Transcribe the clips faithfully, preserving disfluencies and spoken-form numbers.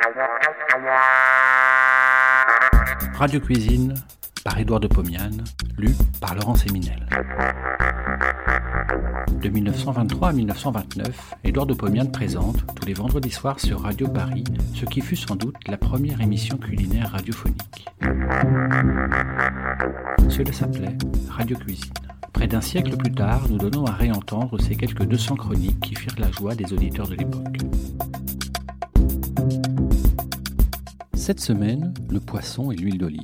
Radio Cuisine par Édouard de Pomian, lu par Laurent Séminel. De mille neuf cent vingt-trois à mille neuf cent vingt-neuf, Édouard de Pomian présente, tous les vendredis soirs sur Radio Paris, ce qui fut sans doute la première émission culinaire radiophonique. Cela s'appelait Radio Cuisine. Près d'un siècle plus tard, nous donnons à réentendre ces quelques deux cents chroniques qui firent la joie des auditeurs de l'époque. Cette semaine, le poisson et l'huile d'olive.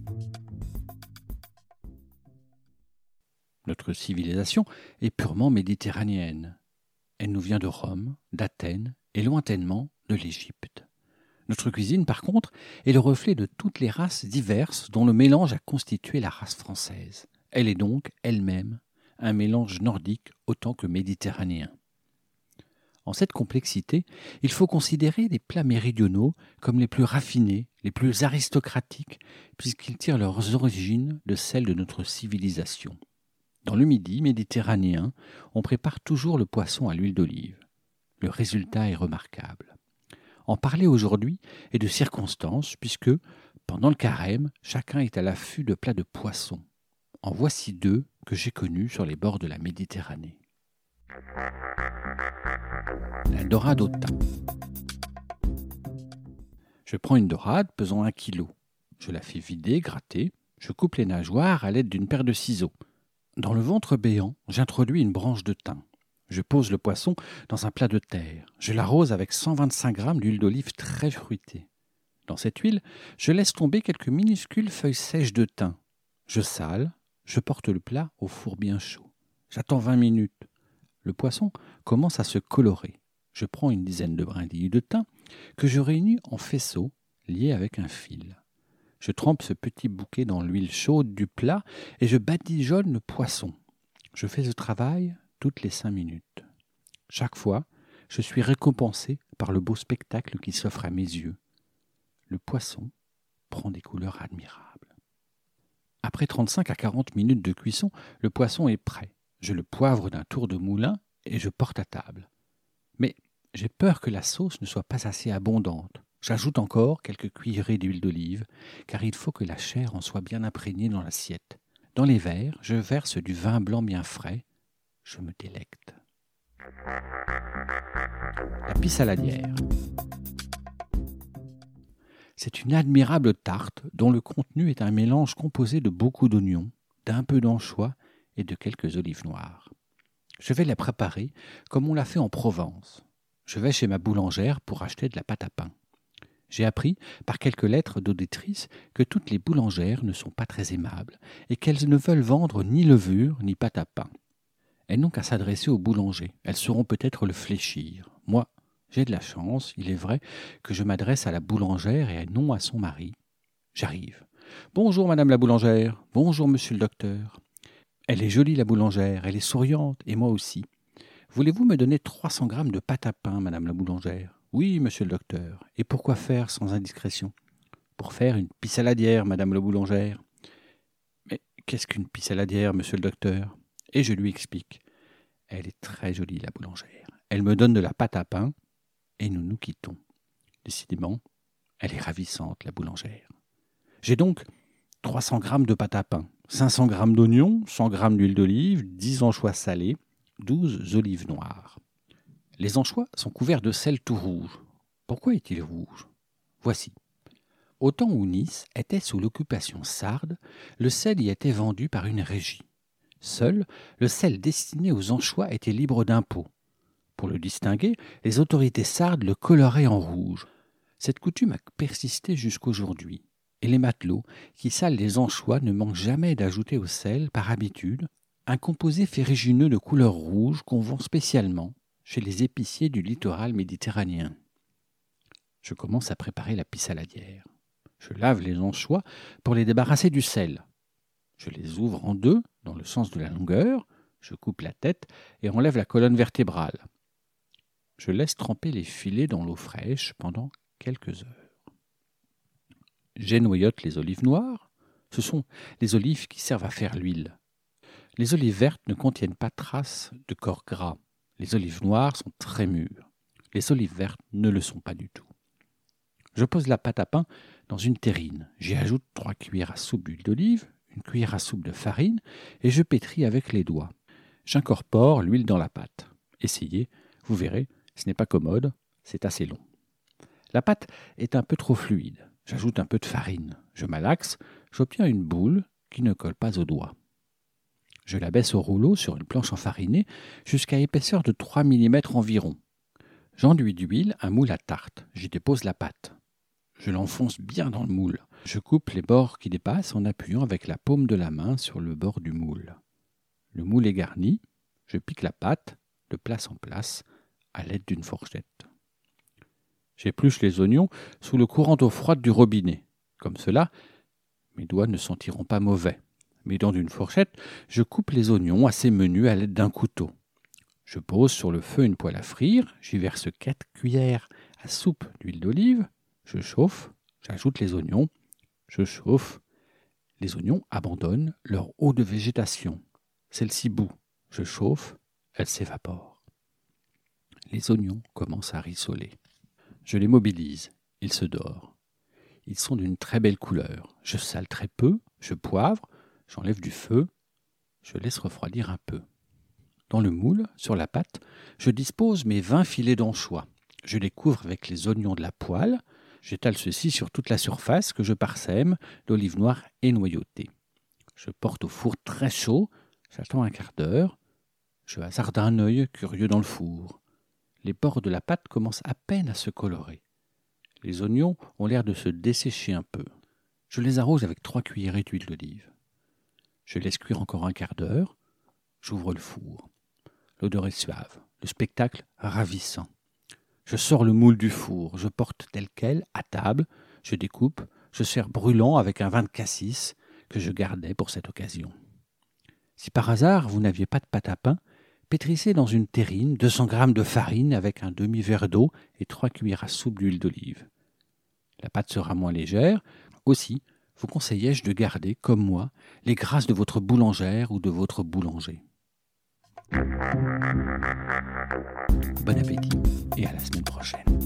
Notre civilisation est purement méditerranéenne. Elle nous vient de Rome, d'Athènes et lointainement de l'Égypte. Notre cuisine, par contre, est le reflet de toutes les races diverses dont le mélange a constitué la race française. Elle est donc, elle-même, un mélange nordique autant que méditerranéen. En cette complexité, il faut considérer les plats méridionaux comme les plus raffinés, les plus aristocratiques, puisqu'ils tirent leurs origines de celles de notre civilisation. Dans le Midi méditerranéen, on prépare toujours le poisson à l'huile d'olive. Le résultat est remarquable. En parler aujourd'hui est de circonstance, puisque, pendant le carême, chacun est à l'affût de plats de poisson. En voici deux que j'ai connus sur les bords de la Méditerranée. La dorade au thym. Je prends une dorade pesant un kilo. Je la fais vider, gratter. Je coupe les nageoires à l'aide d'une paire de ciseaux. Dans le ventre béant, j'introduis une branche de thym. Je pose le poisson dans un plat de terre. Je l'arrose avec cent vingt-cinq grammes d'huile d'olive très fruitée. Dans cette huile, je laisse tomber quelques minuscules feuilles sèches de thym. Je sale, je porte le plat au four bien chaud. J'attends vingt minutes. Le poisson commence à se colorer. Je prends une dizaine de brindilles de thym que je réunis en faisceaux liés avec un fil. Je trempe ce petit bouquet dans l'huile chaude du plat et je badigeonne le poisson. Je fais ce travail toutes les cinq minutes. Chaque fois, je suis récompensé par le beau spectacle qui s'offre à mes yeux. Le poisson prend des couleurs admirables. Après trente-cinq à quarante minutes de cuisson, le poisson est prêt. Je le poivre d'un tour de moulin et je porte à table. Mais j'ai peur que la sauce ne soit pas assez abondante. J'ajoute encore quelques cuillerées d'huile d'olive, car il faut que la chair en soit bien imprégnée dans l'assiette. Dans les verres, je verse du vin blanc bien frais. Je me délecte. La pissaladière. C'est une admirable tarte dont le contenu est un mélange composé de beaucoup d'oignons, d'un peu d'anchois et de quelques olives noires. Je vais la préparer comme on l'a fait en Provence. Je vais chez ma boulangère pour acheter de la pâte à pain. J'ai appris, par quelques lettres d'auditrices, que toutes les boulangères ne sont pas très aimables et qu'elles ne veulent vendre ni levure ni pâte à pain. Elles n'ont qu'à s'adresser au boulanger. Elles sauront peut-être le fléchir. Moi, j'ai de la chance, il est vrai, que je m'adresse à la boulangère et non à son mari. J'arrive. « Bonjour, madame la boulangère. Bonjour, monsieur le docteur. Elle est jolie, la boulangère. Elle est souriante, et moi aussi. Voulez-vous me donner trois cents grammes de pâte à pain, madame la boulangère ? Oui, monsieur le docteur. Et pourquoi faire sans indiscrétion ? Pour faire une pissaladière, madame la boulangère. Mais qu'est-ce qu'une pissaladière, monsieur le docteur ? Et je lui explique. Elle est très jolie, la boulangère. Elle me donne de la pâte à pain et nous nous quittons. Décidément, elle est ravissante, la boulangère. J'ai donc trois cents grammes de pâte à pain, cinq cents grammes d'oignons, cent grammes d'huile d'olive, dix anchois salés, douze olives noires. Les anchois sont couverts de sel tout rouge. Pourquoi est-il rouge ? Voici. Au temps où Nice était sous l'occupation sarde, le sel y était vendu par une régie. Seul, le sel destiné aux anchois était libre d'impôt. Pour le distinguer, les autorités sardes le coloraient en rouge. Cette coutume a persisté jusqu'aujourd'hui. Et les matelots qui salent les anchois ne manquent jamais d'ajouter au sel, par habitude, un composé ferrugineux de couleur rouge qu'on vend spécialement chez les épiciers du littoral méditerranéen. Je commence à préparer la pissaladière. Je lave les anchois pour les débarrasser du sel. Je les ouvre en deux, dans le sens de la longueur, je coupe la tête et enlève la colonne vertébrale. Je laisse tremper les filets dans l'eau fraîche pendant quelques heures. J'énoyote les olives noires. Ce sont les olives qui servent à faire l'huile. Les olives vertes ne contiennent pas trace de corps gras. Les olives noires sont très mûres. Les olives vertes ne le sont pas du tout. Je pose la pâte à pain dans une terrine. J'y ajoute trois cuillères à soupe d'huile d'olive, une cuillère à soupe de farine et je pétris avec les doigts. J'incorpore l'huile dans la pâte. Essayez, vous verrez, ce n'est pas commode, c'est assez long. La pâte est un peu trop fluide. J'ajoute un peu de farine. Je malaxe, j'obtiens une boule qui ne colle pas aux doigts. Je la baisse au rouleau sur une planche enfarinée jusqu'à épaisseur de trois millimètres environ. J'enduis d'huile un moule à tarte. J'y dépose la pâte. Je l'enfonce bien dans le moule. Je coupe les bords qui dépassent en appuyant avec la paume de la main sur le bord du moule. Le moule est garni. Je pique la pâte de place en place à l'aide d'une fourchette. J'épluche les oignons sous le courant d'eau froide du robinet. Comme cela, mes doigts ne sentiront pas mauvais. Mais dans une fourchette, je coupe les oignons assez menus à l'aide d'un couteau. Je pose sur le feu une poêle à frire, j'y verse quatre cuillères à soupe d'huile d'olive, je chauffe, j'ajoute les oignons, je chauffe. Les oignons abandonnent leur eau de végétation. Celle-ci bout, je chauffe, elle s'évapore. Les oignons commencent à rissoler. Je les mobilise, ils se dorent. Ils sont d'une très belle couleur. Je sale très peu, je poivre, j'enlève du feu, je laisse refroidir un peu. Dans le moule, sur la pâte, je dispose mes vingt filets d'anchois. Je les couvre avec les oignons de la poêle. J'étale ceci sur toute la surface que je parsème d'olive noire et noyautée. Je porte au four très chaud, j'attends un quart d'heure. Je hasarde un œil curieux dans le four. Les bords de la pâte commencent à peine à se colorer. Les oignons ont l'air de se dessécher un peu. Je les arrose avec trois cuillerées d'huile d'olive. Je laisse cuire encore un quart d'heure. J'ouvre le four. L'odeur est suave, le spectacle ravissant. Je sors le moule du four, je porte tel quel à table, je découpe, je sers brûlant avec un vin de cassis que je gardais pour cette occasion. Si par hasard vous n'aviez pas de pâte à pain, pétrissez dans une terrine deux cents grammes de farine avec un demi-verre d'eau et trois cuillères à soupe d'huile d'olive. La pâte sera moins légère. Aussi, vous conseillais-je de garder, comme moi, les grâces de votre boulangère ou de votre boulanger. Bon appétit et à la semaine prochaine.